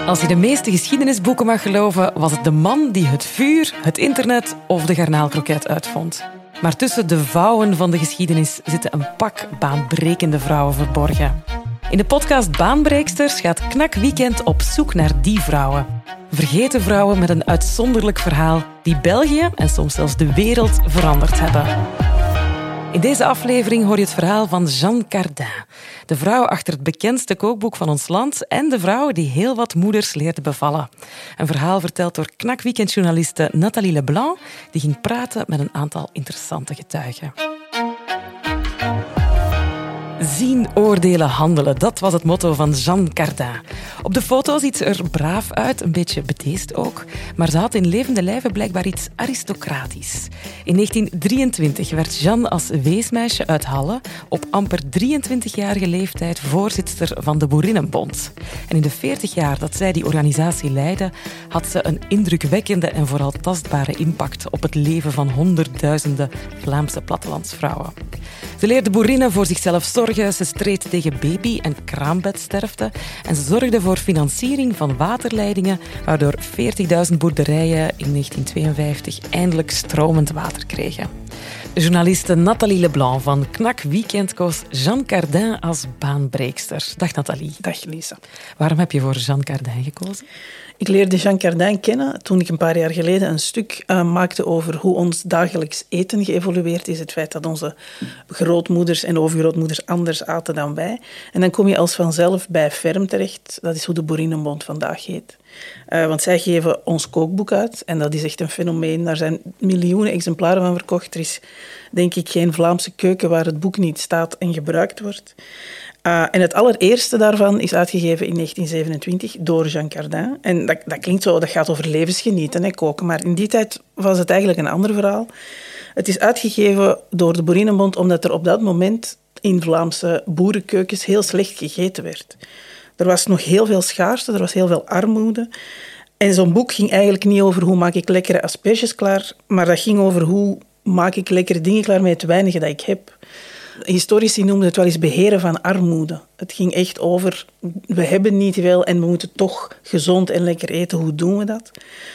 Als je de meeste geschiedenisboeken mag geloven, was het de man die het vuur, het internet of de garnaalkroket uitvond. Maar tussen de vouwen van de geschiedenis zitten een pak baanbrekende vrouwen verborgen. In de podcast Baanbreeksters gaat Knak Weekend op zoek naar die vrouwen. Vergeten vrouwen met een uitzonderlijk verhaal die België en soms zelfs de wereld veranderd hebben. In deze aflevering hoor je het verhaal van Jeanne Cardin, de vrouw achter het bekendste kookboek van ons land en de vrouw die heel wat moeders leerde bevallen. Een verhaal verteld door Knak Weekend-journaliste Nathalie Leblanc, die ging praten met een aantal interessante getuigen. Zien, oordelen, handelen. Dat was het motto van Jeanne Cardin. Op de foto ziet ze er braaf uit, een beetje bedeesd ook. Maar ze had in levende lijve blijkbaar iets aristocratisch. In 1923 werd Jeanne als weesmeisje uit Halle op amper 23-jarige leeftijd voorzitster van de Boerinnenbond. En in de 40 jaar dat zij die organisatie leidde, had ze een indrukwekkende en vooral tastbare impact op het leven van honderdduizenden Vlaamse plattelandsvrouwen. Ze leerde boerinnen voor zichzelf zorgen, ze streed tegen baby- en kraambedsterfte en ze zorgde voor financiering van waterleidingen, waardoor 40.000 boerderijen in 1952 eindelijk stromend water kregen. De journaliste Nathalie Leblanc van Knak Weekend koos Jeanne Cardin als baanbreekster. Dag Nathalie. Dag Lisa. Waarom heb je voor Jeanne Cardin gekozen? Ik leerde Jeanne Cardin kennen toen ik een paar jaar geleden een stuk maakte over hoe ons dagelijks eten geëvolueerd is. Het feit dat onze grootmoeders en overgrootmoeders anders aten dan wij. En dan kom je als vanzelf bij Ferm terecht. Dat is hoe de Boerinnenbond vandaag heet. Want zij geven ons kookboek uit en dat is echt een fenomeen. Daar zijn miljoenen exemplaren van verkocht. Er is denk ik geen Vlaamse keuken waar het boek niet staat en gebruikt wordt. En het allereerste daarvan is uitgegeven in 1927 door Jeanne Cardin. En dat klinkt zo, dat gaat over levensgenieten, hè, koken. Maar in die tijd was het eigenlijk een ander verhaal. Het is uitgegeven door de Boerinnenbond omdat er op dat moment in Vlaamse boerenkeukens heel slecht gegeten werd. Er was nog heel veel schaarste, er was heel veel armoede. En zo'n boek ging eigenlijk niet over hoe maak ik lekkere asperges klaar, maar dat ging over hoe maak ik lekkere dingen klaar met het weinige dat ik heb. Historici noemden het wel eens beheren van armoede. Het ging echt over, we hebben niet veel en we moeten toch gezond en lekker eten. Hoe doen we dat?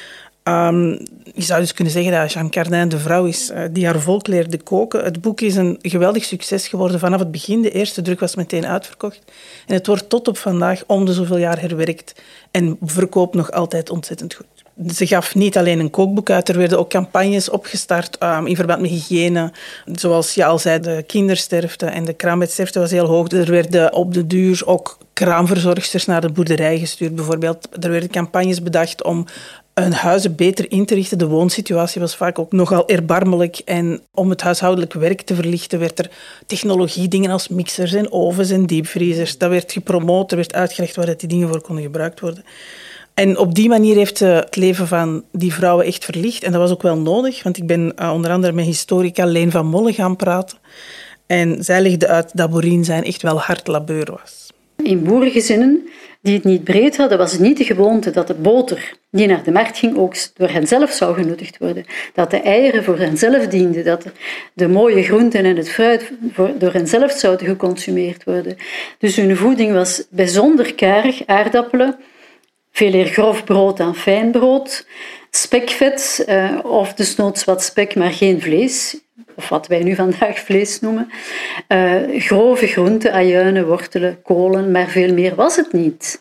Je zou dus kunnen zeggen dat Jeanne Cardin de vrouw is die haar volk leerde koken. Het boek is een geweldig succes geworden vanaf het begin. De eerste druk was meteen uitverkocht. En het wordt tot op vandaag om de zoveel jaar herwerkt en verkoopt nog altijd ontzettend goed. Ze gaf niet alleen een kookboek uit, er werden ook campagnes opgestart in verband met hygiëne. Zoals je al zei, de kindersterfte en de kraambedsterfte was heel hoog. Er werden op de duur ook kraamverzorgsters naar de boerderij gestuurd. Bijvoorbeeld, er werden campagnes bedacht om hun huizen beter in te richten. De woonsituatie was vaak ook nogal erbarmelijk. En om het huishoudelijk werk te verlichten werd er technologie, dingen als mixers en ovens en diepvriezers. Dat werd gepromoot, er werd uitgelegd waar die dingen voor konden gebruikt worden. En op die manier heeft ze het leven van die vrouwen echt verlicht. En dat was ook wel nodig, want ik ben onder andere met historica Leen van Molle gaan praten. En zij legde uit dat boerin zijn echt wel hard labeur was. In boerengezinnen die het niet breed hadden, was het niet de gewoonte dat de boter die naar de markt ging ook door hen zelf zou genuttigd worden. Dat de eieren voor hen zelf dienden, dat de mooie groenten en het fruit door hen zelf zouden geconsumeerd worden. Dus hun voeding was bijzonder karig, aardappelen, veel eer grof brood dan fijn brood, spekvet of desnoods wat spek, maar geen vlees. Of wat wij nu vandaag vlees noemen. Grove groenten, ajuinen, wortelen, kolen, maar veel meer was het niet.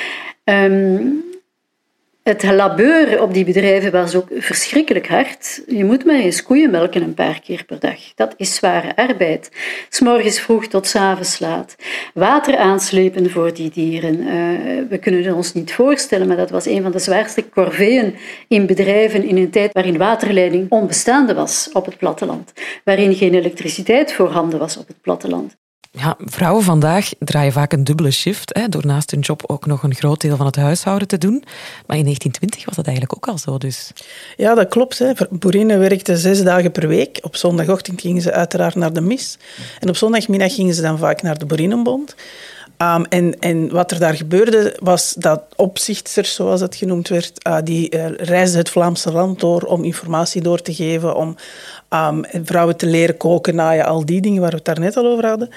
Het labeur op die bedrijven was ook verschrikkelijk hard. Je moet maar eens koeien melken een paar keer per dag. Dat is zware arbeid. 's Morgens vroeg tot 's avonds laat. Water aanslepen voor die dieren. We kunnen het ons niet voorstellen, maar dat was een van de zwaarste corveeën in bedrijven in een tijd waarin waterleiding onbestaande was op het platteland. Waarin geen elektriciteit voorhanden was op het platteland. Ja, vrouwen vandaag draaien vaak een dubbele shift, door naast hun job ook nog een groot deel van het huishouden te doen. Maar in 1920 was dat eigenlijk ook al zo dus. Ja, dat klopt. Boerinnen werkten 6 dagen per week. Op zondagochtend gingen ze uiteraard naar de mis. En op zondagmiddag gingen ze dan vaak naar de Boerinnenbond. En wat er daar gebeurde, was dat opzichters, zoals dat genoemd werd, die reisden het Vlaamse land door om informatie door te geven, om vrouwen te leren koken, naaien, al die dingen waar we het daarnet al over hadden.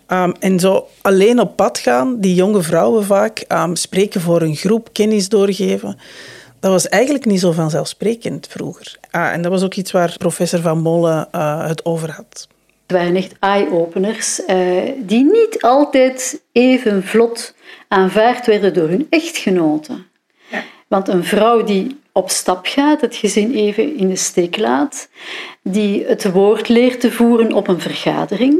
En zo alleen op pad gaan, die jonge vrouwen vaak, spreken voor een groep, kennis doorgeven. Dat was eigenlijk niet zo vanzelfsprekend vroeger. En dat was ook iets waar professor Van Molen het over had. Het waren echt eye-openers die niet altijd even vlot aanvaard werden door hun echtgenoten. Ja. Want een vrouw die op stap gaat, het gezin even in de steek laat, die het woord leert te voeren op een vergadering,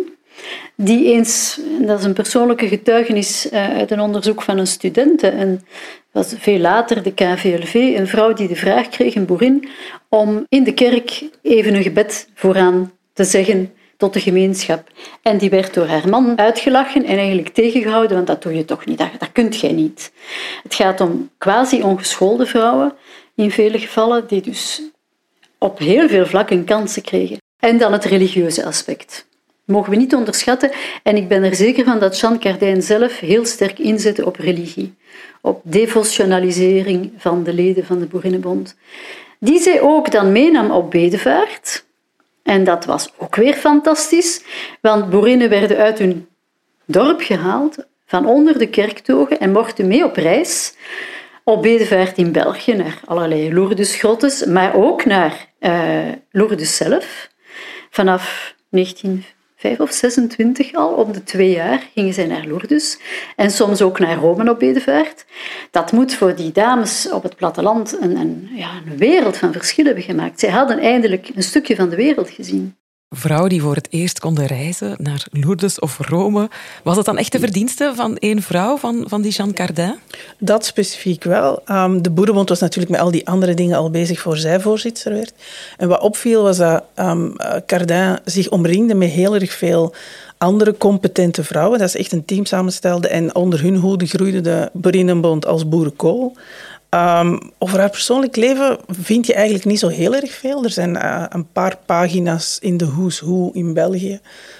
die eens, dat is een persoonlijke getuigenis uit een onderzoek van een studente, en dat was veel later de KVLV, een vrouw die de vraag kreeg, een boerin, om in de kerk even een gebed vooraan te zeggen tot de gemeenschap. En die werd door haar man uitgelachen en eigenlijk tegengehouden, want dat doe je toch niet, dat kunt jij niet. Het gaat om quasi-ongeschoolde vrouwen, in vele gevallen, die dus op heel veel vlakken kansen kregen. En dan het religieuze aspect. Dat mogen we niet onderschatten. En ik ben er zeker van dat Jeanne Cardijn zelf heel sterk inzette op religie. Op devotionalisering van de leden van de Boerinnenbond. Die zij ook dan meenam op bedevaart. En dat was ook weer fantastisch, want boerinnen werden uit hun dorp gehaald, van onder de kerktogen en mochten mee op reis, op bedevaart in België, naar allerlei Lourdesgrottes, maar ook naar Lourdes zelf. Vanaf 1905 of 26 al, om de 2 jaar, gingen zij naar Lourdes en soms ook naar Rome op bedevaart. Dat moet voor die dames op het platteland een wereld van verschil hebben gemaakt. Zij hadden eindelijk een stukje van de wereld gezien. Vrouwen die voor het eerst konden reizen naar Lourdes of Rome. Was het dan echt de verdienste van één vrouw, van die Jeanne Cardijn? Dat specifiek wel. De Boerenbond was natuurlijk met al die andere dingen al bezig voor zij voorzitter werd. En wat opviel was dat Cardijn zich omringde met heel erg veel andere competente vrouwen. Dat is echt een team samenstelde. En onder hun hoede groeide de Boerinnenbond als boerenkool. Over haar persoonlijk leven vind je eigenlijk niet zo heel erg veel. Er zijn een paar pagina's in de Who's Who in België,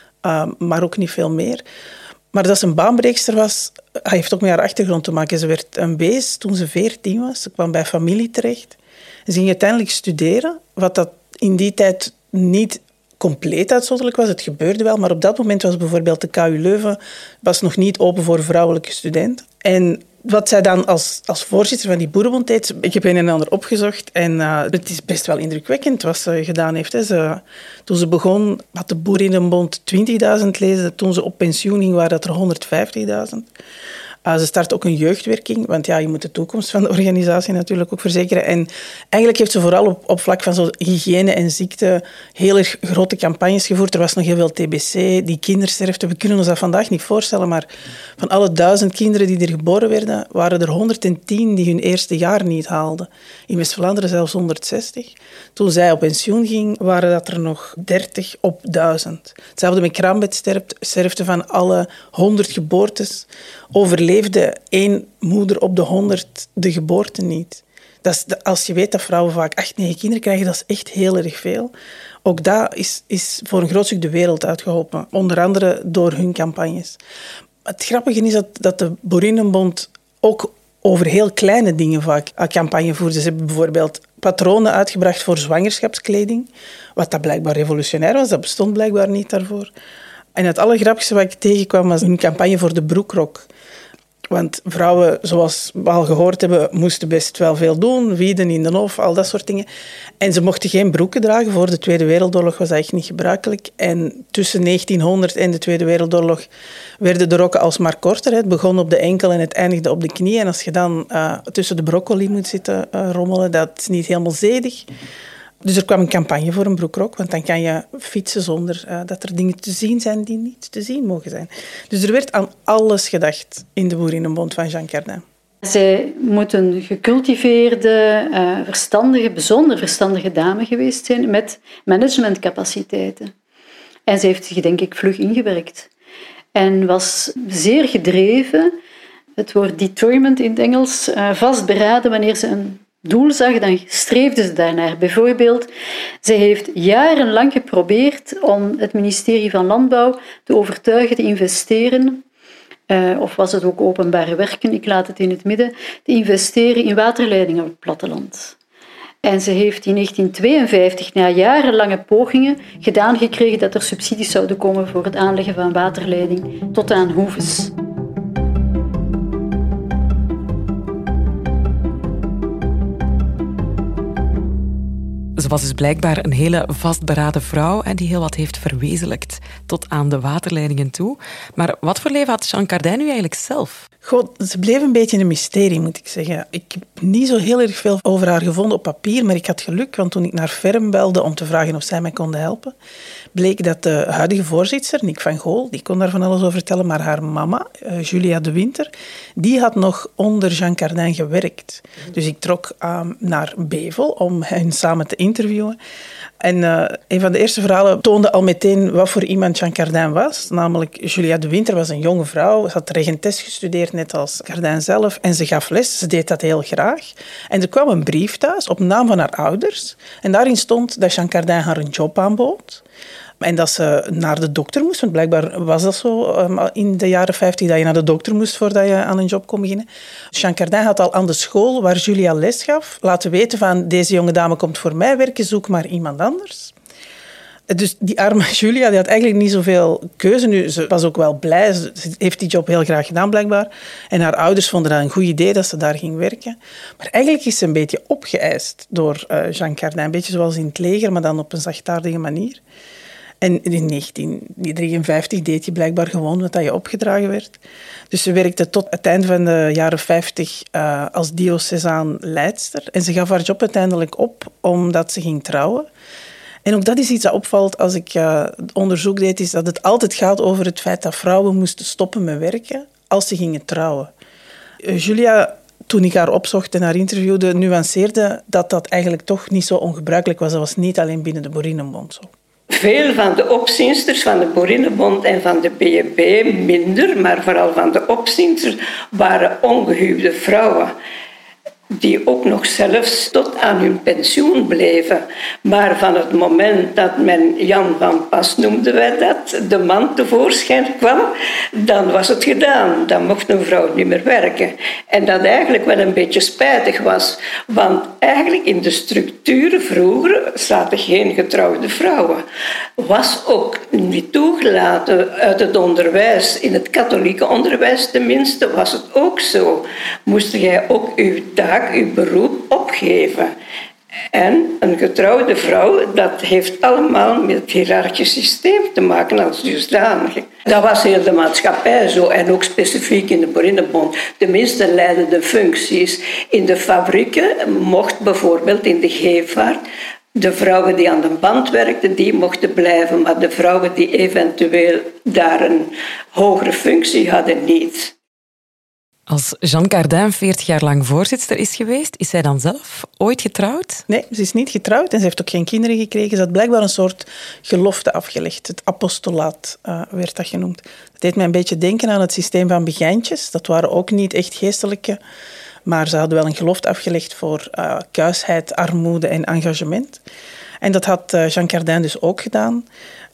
maar ook niet veel meer. Maar dat ze een baanbreekster was, heeft ook met haar achtergrond te maken. Ze werd een beest toen ze 14 was. Ze kwam bij familie terecht. Ze ging uiteindelijk studeren, wat dat in die tijd niet compleet uitzonderlijk was. Het gebeurde wel, maar op dat moment was bijvoorbeeld de KU Leuven was nog niet open voor vrouwelijke studenten. En wat zij dan als voorzitter van die Boerenbond deed, ik heb een en ander opgezocht en het is best wel indrukwekkend wat ze gedaan heeft. Toen ze begon, had de Boerinnenbond 20.000 leden. Toen ze op pensioen ging, waren dat er 150.000. Ze start ook een jeugdwerking, want je moet de toekomst van de organisatie natuurlijk ook verzekeren. En eigenlijk heeft ze vooral op vlak van zo hygiëne en ziekte heel erg grote campagnes gevoerd. Er was nog heel veel TBC, die kindersterfte. We kunnen ons dat vandaag niet voorstellen, maar van alle 1000 kinderen die er geboren werden, waren er 110 die hun eerste jaar niet haalden. In West-Vlaanderen zelfs 160. Toen zij op pensioen ging, waren dat er nog 30 op 1000. Hetzelfde met kraambedsterfte van alle 100 geboortes. Overleefde 1 moeder op de 100 de geboorte niet. Als je weet dat vrouwen vaak 8, 9 kinderen krijgen, dat is echt heel erg veel. Ook dat is voor een groot stuk de wereld uitgeholpen. Onder andere door hun campagnes. Het grappige is dat de Boerinnenbond ook over heel kleine dingen vaak campagne voerde. Ze hebben bijvoorbeeld patronen uitgebracht voor zwangerschapskleding, wat dat blijkbaar revolutionair was. Dat bestond blijkbaar niet daarvoor. En het allergrappigste wat ik tegenkwam was een campagne voor de broekrok. Want vrouwen, zoals we al gehoord hebben, moesten best wel veel doen. Wieden in de hof, al dat soort dingen. En ze mochten geen broeken dragen. Voor de Tweede Wereldoorlog was dat echt niet gebruikelijk. En tussen 1900 en de Tweede Wereldoorlog werden de rokken alsmaar korter. Het begon op de enkel en het eindigde op de knie. En als je dan tussen de broccoli moet zitten rommelen, dat is niet helemaal zedig. Dus er kwam een campagne voor een broekrok, want dan kan je fietsen zonder dat er dingen te zien zijn die niet te zien mogen zijn. Dus er werd aan alles gedacht in de Boerinnenbond van Jeanne Cardijn. Zij moet een gecultiveerde, bijzonder verstandige dame geweest zijn met managementcapaciteiten. En ze heeft zich, denk ik, vlug ingewerkt. En was zeer gedreven, het woord determined in het Engels, vastberaden wanneer ze een doel zag, dan streefde ze daarnaar. Bijvoorbeeld, zij heeft jarenlang geprobeerd om het ministerie van Landbouw te overtuigen te investeren of was het ook openbare werken, ik laat het in het midden, te investeren in waterleidingen op het platteland. En ze heeft in 1952, na jarenlange pogingen, gedaan gekregen dat er subsidies zouden komen voor het aanleggen van waterleiding tot aan Hoeves. Ze was dus blijkbaar een hele vastberaden vrouw en die heel wat heeft verwezenlijkt tot aan de waterleidingen toe. Maar wat voor leven had Jeanne Cardin nu eigenlijk zelf? Goh, ze bleef een beetje een mysterie, moet ik zeggen. Ik heb niet zo heel erg veel over haar gevonden op papier, maar ik had geluk, want toen ik naar Ferm belde om te vragen of zij mij konden helpen, bleek dat de huidige voorzitter, Nick van Gool, die kon daar van alles over vertellen, maar haar mama, Julia de Winter, die had nog onder Jeanne Cardin gewerkt. Dus ik trok naar Bevel om hen samen te interviewen. En een van de eerste verhalen toonde al meteen wat voor iemand Jeanne Cardin was. Namelijk, Julia de Winter was een jonge vrouw. Ze had regentes gestudeerd, net als Cardin zelf. En ze gaf les. Ze deed dat heel graag. En er kwam een brief thuis op naam van haar ouders. En daarin stond dat Jeanne Cardin haar een job aanbood. En dat ze naar de dokter moest, want blijkbaar was dat zo in de jaren 50 dat je naar de dokter moest voordat je aan een job kon beginnen. Jeanne Cardin had al aan de school waar Julia les gaf laten weten van deze jonge dame komt voor mij werken, zoek maar iemand anders. Dus die arme Julia die had eigenlijk niet zoveel keuze. Nu, ze was ook wel blij. Ze heeft die job heel graag gedaan, blijkbaar. En haar ouders vonden dat een goed idee dat ze daar ging werken. Maar eigenlijk is ze een beetje opgeëist door Jeanne Cardin. Een beetje zoals in het leger, maar dan op een zachtaardige manier. En in 1953 deed je blijkbaar gewoon wat je opgedragen werd. Dus ze werkte tot het einde van de jaren 50 als diocesaan leidster. En ze gaf haar job uiteindelijk op omdat ze ging trouwen. En ook dat is iets dat opvalt als ik onderzoek deed, is dat het altijd gaat over het feit dat vrouwen moesten stoppen met werken als ze gingen trouwen. Julia, toen ik haar opzocht en haar interviewde, nuanceerde dat dat eigenlijk toch niet zo ongebruikelijk was. Dat was niet alleen binnen de Boerinnenbond zo. Veel van de opziensters van de Boerinnenbond en van de BEB, minder, maar vooral van de opziensters, waren ongehuwde vrouwen. Die ook nog zelfs tot aan hun pensioen bleven. Maar van het moment dat men Jan van Pas, noemden wij dat, de man tevoorschijn kwam, dan was het gedaan. Dan mocht een vrouw niet meer werken. En dat eigenlijk wel een beetje spijtig was. Want eigenlijk in de structuren vroeger zaten geen getrouwde vrouwen. Was ook niet toegelaten uit het onderwijs. In het katholieke onderwijs tenminste was het ook zo. Moest jij ook uw taak, uw beroep opgeven. En een getrouwde vrouw, dat heeft allemaal met het hiërarchisch systeem te maken als dusdanige. Dat was heel de maatschappij zo en ook specifiek in de Boerinnenbond. Tenminste leidden de functies. In de fabrieken mocht bijvoorbeeld in de gevaart de vrouwen die aan de band werkten, die mochten blijven, maar de vrouwen die eventueel daar een hogere functie hadden, niet. Als Jeanne Cardin 40 jaar lang voorzitster is geweest, is zij dan zelf ooit getrouwd? Nee, ze is niet getrouwd en ze heeft ook geen kinderen gekregen. Ze had blijkbaar een soort gelofte afgelegd. Het apostolaat werd dat genoemd. Dat deed mij een beetje denken aan het systeem van begijntjes. Dat waren ook niet echt geestelijke, maar ze hadden wel een gelofte afgelegd voor kuisheid, armoede en engagement. En dat had Jeanne Cardin dus ook gedaan.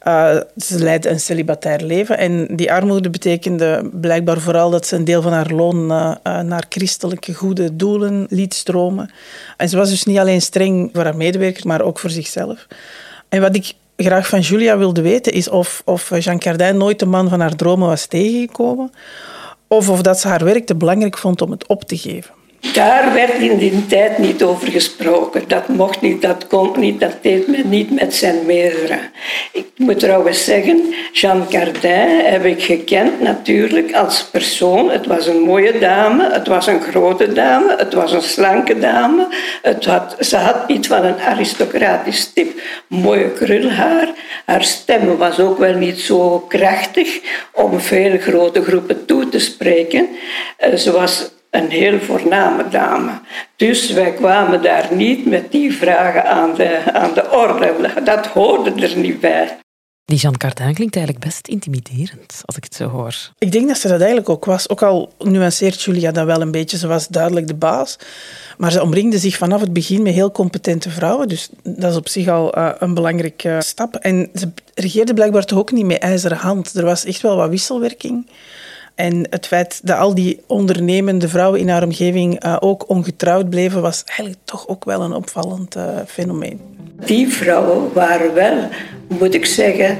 Ze leidde een celibatair leven en die armoede betekende blijkbaar vooral dat ze een deel van haar loon naar christelijke goede doelen liet stromen. En ze was dus niet alleen streng voor haar medewerkers, maar ook voor zichzelf. En wat ik graag van Julia wilde weten is of Jeanne Cardin nooit de man van haar dromen was tegengekomen of dat ze haar werk te belangrijk vond om het op te geven. Daar werd in die tijd niet over gesproken. Dat mocht niet, dat kon niet, dat deed men niet met zijn meerdere. Ik moet trouwens zeggen, Jeanne Cardin heb ik gekend natuurlijk als persoon. Het was een mooie dame, het was een grote dame, het was een slanke dame. Ze had iets van een aristocratisch type, mooie krulhaar. Haar stem was ook wel niet zo krachtig om veel grote groepen toe te spreken. Ze was een heel voorname dame. Dus wij kwamen daar niet met die vragen aan de orde. Dat hoorde er niet bij. Die Jeanne Cardin klinkt eigenlijk best intimiderend, als ik het zo hoor. Ik denk dat ze dat eigenlijk ook was. Ook al nuanceert Julia dat wel een beetje. Ze was duidelijk de baas. Maar ze omringde zich vanaf het begin met heel competente vrouwen. Dus dat is op zich al een belangrijke stap. En ze regeerde blijkbaar toch ook niet met ijzeren hand. Er was echt wel wat wisselwerking. En het feit dat al die ondernemende vrouwen in haar omgeving ook ongetrouwd bleven, was eigenlijk toch ook wel een opvallend fenomeen. Die vrouwen waren wel, moet ik zeggen,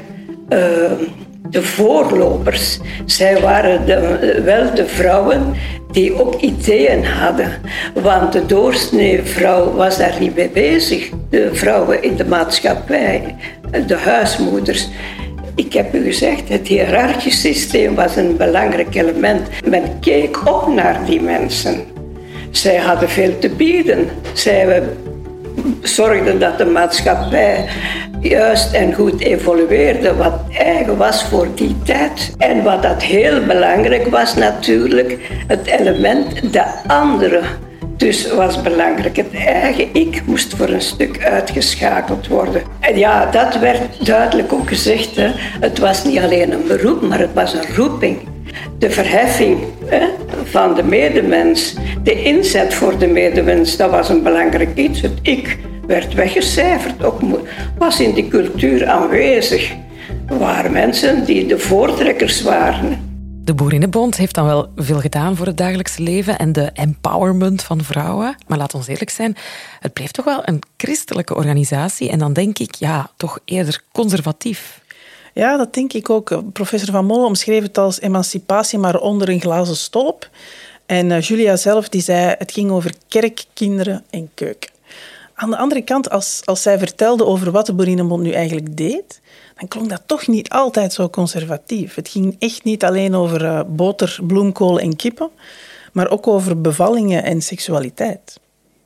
de voorlopers. Zij waren wel de vrouwen die ook ideeën hadden. Want de doorsnee vrouw was daar niet mee bezig. De vrouwen in de maatschappij, de huismoeders. Ik heb u gezegd, het hiërarchisch systeem was een belangrijk element. Men keek op naar die mensen. Zij hadden veel te bieden. Zij zorgden dat de maatschappij juist en goed evolueerde, wat eigen was voor die tijd. En wat dat heel belangrijk was natuurlijk, het element de andere. Dus was belangrijk. Het eigen ik moest voor een stuk uitgeschakeld worden. En ja, dat werd duidelijk ook gezegd. Hè. Het was niet alleen een beroep, maar het was een roeping. De verheffing van de medemens, de inzet voor de medemens, dat was een belangrijk iets. Het ik werd weggecijferd, ook was in die cultuur aanwezig. Er waren mensen die de voortrekkers waren. De Boerinnenbond heeft dan wel veel gedaan voor het dagelijkse leven en de empowerment van vrouwen. Maar laat ons eerlijk zijn, het bleef toch wel een christelijke organisatie. En dan denk ik, ja, toch eerder conservatief. Ja, dat denk ik ook. Professor Van Molle omschreef het als emancipatie, maar onder een glazen stolp. En Julia zelf die zei, het ging over kerk, kinderen en keuken. Aan de andere kant, als zij vertelde over wat de Boerinnenbond nu eigenlijk deed, dan klonk dat toch niet altijd zo conservatief. Het ging echt niet alleen over boter, bloemkool en kippen, maar ook over bevallingen en seksualiteit.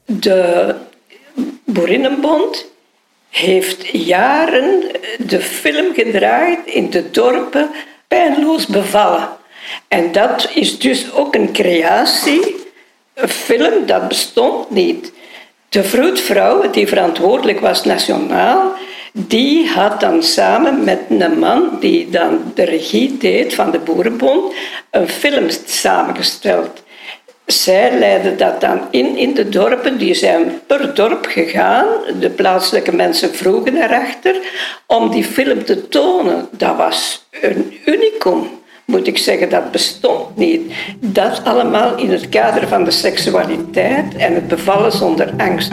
De Boerinnenbond heeft jaren de film gedraaid in de dorpen Pijnloos bevallen. En dat is dus ook een creatie, een film dat bestond niet. De vroedvrouw, die verantwoordelijk was nationaal, die had dan samen met een man die dan de regie deed van de Boerenbond een film samengesteld. Zij leidden dat dan in de dorpen. Die zijn per dorp gegaan. De plaatselijke mensen vroegen erachter om die film te tonen. Dat was een unicum, moet ik zeggen. Dat bestond niet. Dat allemaal in het kader van de seksualiteit en het bevallen zonder angst.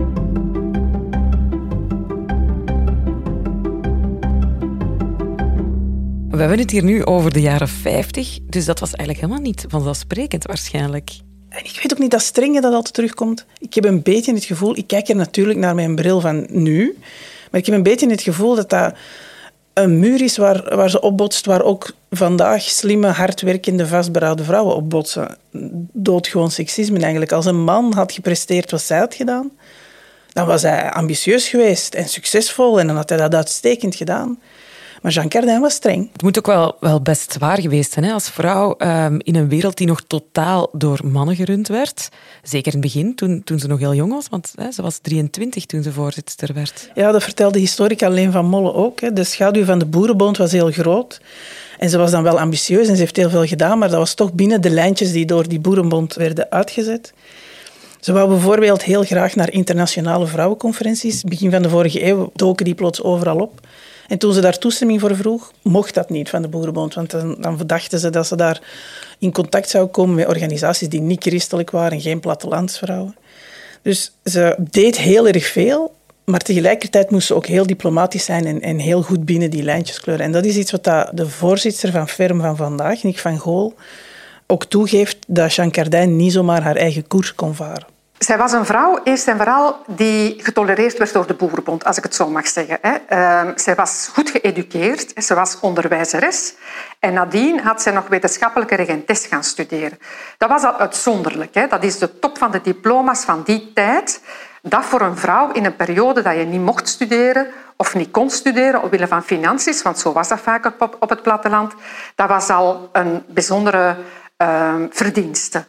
We hebben het hier nu over de jaren 50, dus dat was eigenlijk helemaal niet vanzelfsprekend waarschijnlijk. En ik weet ook niet dat strenge dat altijd terugkomt. Ik heb een beetje het gevoel, ik kijk er natuurlijk naar mijn bril van nu, maar ik heb een beetje het gevoel dat dat een muur is waar ze op botst, waar ook vandaag slimme, hardwerkende, vastberaden vrouwen op botsen. Doodgewoon seksisme eigenlijk. Als een man had gepresteerd wat zij had gedaan, dan was hij ambitieus geweest en succesvol en dan had hij dat uitstekend gedaan. Maar Jean Cardin was streng. Het moet ook wel best zwaar geweest zijn, hè? Als vrouw in een wereld die nog totaal door mannen gerund werd. Zeker in het begin, toen ze nog heel jong was, want ze was 23 toen ze voorzitster werd. Ja, dat vertelde historica Leen van Molle ook. Hè. De schaduw van de Boerenbond was heel groot. En ze was dan wel ambitieus en ze heeft heel veel gedaan, maar dat was toch binnen de lijntjes die door die Boerenbond werden uitgezet. Ze wou bijvoorbeeld heel graag naar internationale vrouwenconferenties. Begin van de vorige eeuw doken die plots overal op. En toen ze daar toestemming voor vroeg, mocht dat niet van de Boerenbond. Want dan verdachten ze dat ze daar in contact zou komen met organisaties die niet christelijk waren, geen plattelandsvrouwen. Dus ze deed heel erg veel, maar tegelijkertijd moest ze ook heel diplomatisch zijn en heel goed binnen die lijntjes kleuren. En dat is iets wat de voorzitter van Ferm van vandaag, Nick van Gool, ook toegeeft, dat Jean Cardin niet zomaar haar eigen koers kon varen. Zij was een vrouw, eerst en vooral, die getolereerd werd door de Boerenbond, als ik het zo mag zeggen. Zij was goed geëduceerd, ze was onderwijzeres. En nadien had zij nog wetenschappelijke regentes gaan studeren. Dat was al uitzonderlijk. Dat is de top van de diploma's van die tijd. Dat voor een vrouw in een periode dat je niet mocht studeren of niet kon studeren omwille van financiën, want zo was dat vaak op het platteland, dat was al een bijzondere verdienste.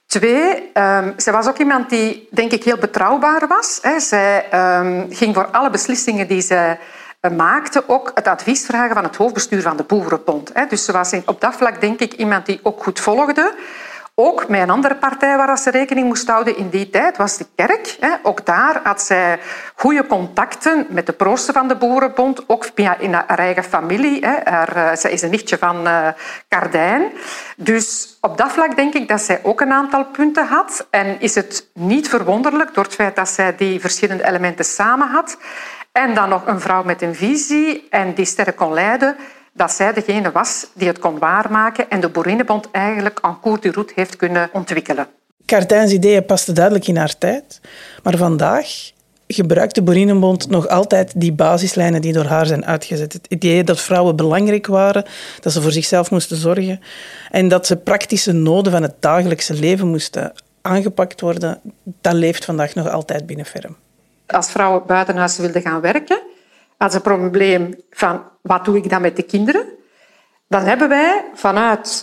2, zij was ook iemand die, denk ik, heel betrouwbaar was. Zij ging voor alle beslissingen die zij maakte ook het advies vragen van het hoofdbestuur van de Boerenbond. Dus ze was op dat vlak, denk ik, iemand die ook goed volgde. Ook met een andere partij waar ze rekening moest houden in die tijd was de kerk. Ook daar had zij goede contacten met de proosten van de Boerenbond, ook in haar eigen familie. Zij is een nichtje van Cardijn. Dus op dat vlak denk ik dat zij ook een aantal punten had. En is het niet verwonderlijk door het feit dat zij die verschillende elementen samen had. En dan nog een vrouw met een visie en die sterk kon leiden, dat zij degene was die het kon waarmaken en de Boerinnenbond eigenlijk en cours de route heeft kunnen ontwikkelen. Cardijns ideeën pasten duidelijk in haar tijd, maar vandaag gebruikt de Boerinnenbond nog altijd die basislijnen die door haar zijn uitgezet. Het idee dat vrouwen belangrijk waren, dat ze voor zichzelf moesten zorgen en dat ze praktische noden van het dagelijkse leven moesten aangepakt worden, dat leeft vandaag nog altijd binnen Ferm. Als vrouwen buiten huis wilden gaan werken, had ze een probleem van wat doe ik dan met de kinderen? Dan hebben wij vanuit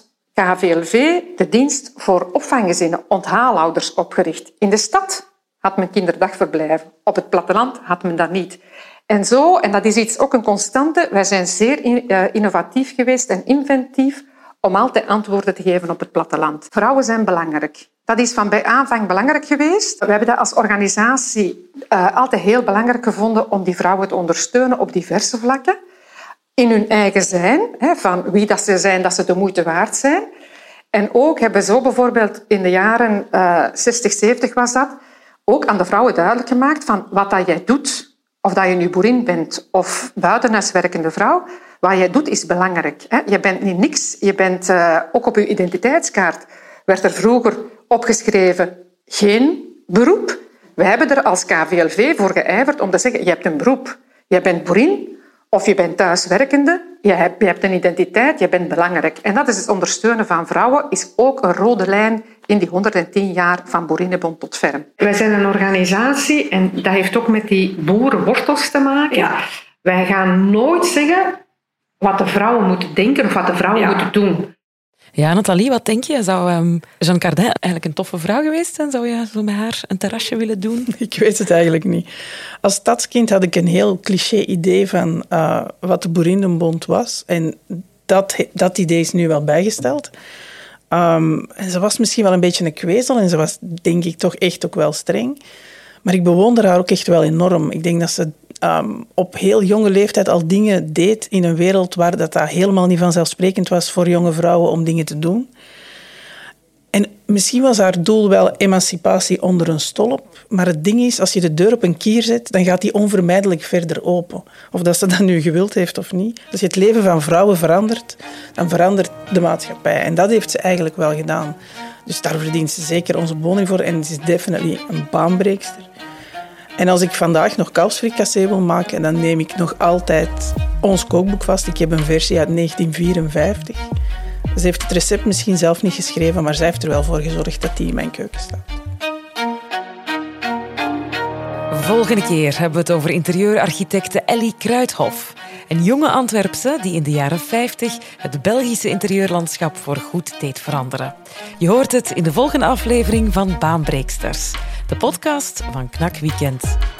KVLV de dienst voor opvanggezinnen, onthaalouders opgericht. In de stad had men kinderdagverblijven. Op het platteland had men dat niet. En zo, en dat is ook een constante, wij zijn zeer innovatief geweest en inventief om altijd antwoorden te geven op het platteland. Vrouwen zijn belangrijk. Dat is van bij aanvang belangrijk geweest. We hebben dat als organisatie altijd heel belangrijk gevonden om die vrouwen te ondersteunen op diverse vlakken. In hun eigen zijn, van wie dat ze zijn, dat ze de moeite waard zijn. En ook hebben zo bijvoorbeeld in de jaren 60, 70 was dat, ook aan de vrouwen duidelijk gemaakt van wat dat jij doet, of dat je nu boerin bent of buitenhuiswerkende vrouw, wat jij doet is belangrijk. Je bent niet niks, je bent ook op je identiteitskaart. Werd er vroeger opgeschreven geen beroep. Wij hebben er als KVLV voor geijverd om te zeggen, je hebt een beroep. Je bent boerin of je bent thuiswerkende. Je hebt een identiteit, je bent belangrijk. En dat is het ondersteunen van vrouwen, is ook een rode lijn in die 110 jaar van Boerinnenbond tot Ferm. Wij zijn een organisatie en dat heeft ook met die boerenwortels te maken. Ja. Wij gaan nooit zeggen wat de vrouwen moeten denken of wat de vrouwen moeten doen. Ja, Nathalie, wat denk je? Zou Jeanne Cardijn eigenlijk een toffe vrouw geweest zijn? Zou je zo met haar een terrasje willen doen? Ik weet het eigenlijk niet. Als stadskind had ik een heel cliché idee van wat de Boerinnenbond was. En dat idee is nu wel bijgesteld. En ze was misschien wel een beetje een kwezel en ze was, denk ik, toch echt ook wel streng. Maar ik bewonder haar ook echt wel enorm. Ik denk dat ze op heel jonge leeftijd al dingen deed in een wereld waar dat helemaal niet vanzelfsprekend was voor jonge vrouwen om dingen te doen. En misschien was haar doel wel emancipatie onder een stolp. Maar het ding is, als je de deur op een kier zet, dan gaat die onvermijdelijk verder open. Of dat ze dat nu gewild heeft of niet. Als je het leven van vrouwen verandert, dan verandert de maatschappij. En dat heeft ze eigenlijk wel gedaan. Dus daar verdient ze zeker onze beloning voor. En ze is definitely een baanbreekster. En als ik vandaag nog kalfsfricassee wil maken, dan neem ik nog altijd ons kookboek vast. Ik heb een versie uit 1954. Ze heeft het recept misschien zelf niet geschreven, maar zij heeft er wel voor gezorgd dat die in mijn keuken staat. Volgende keer hebben we het over interieurarchitecte Elly Kruithof. Een jonge Antwerpse die in de jaren 50 het Belgische interieurlandschap voor goed deed veranderen. Je hoort het in de volgende aflevering van Baanbreeksters, de podcast van Knak Weekend.